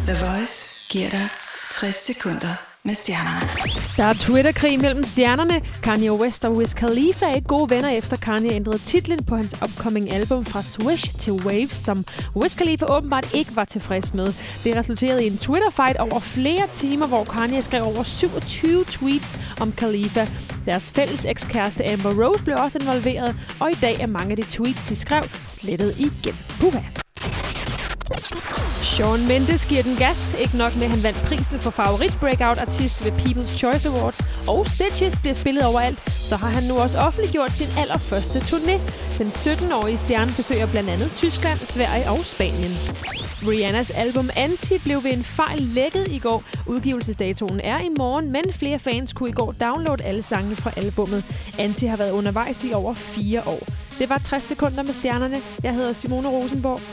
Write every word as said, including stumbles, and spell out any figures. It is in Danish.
The Voice giver dig tres sekunder med stjernerne. Der er Twitter-krig mellem stjernerne. Kanye West og Wiz Khalifa er ikke gode venner, efter Kanye ændrede titlen på hans upcoming album fra Swish til Waves, som Wiz Khalifa åbenbart ikke var tilfreds med. Det resulterede i en Twitter-fight over flere timer, hvor Kanye skrev over syvogtyve tweets om Khalifa. Deres fælles ekskæreste Amber Rose blev også involveret, og i dag er mange af de tweets, de skrev, slettet igen. Puha! Shawn Mendes giver den gas. Ikke nok med, at han vandt prisen for favorit breakout-artist ved People's Choice Awards, og Stitches bliver spillet overalt, så har han nu også offentliggjort sin allerførste turné. Den sytten-årige stjerne besøger blandt andet Tyskland, Sverige og Spanien. Rihannas album Anti blev ved en fejl lækket i går. Udgivelsesdatoen er i morgen, men flere fans kunne i går downloade alle sangene fra albummet. Anti har været undervejs i over fire år. Det var tres sekunder med stjernerne. Jeg hedder Simone Rosenborg.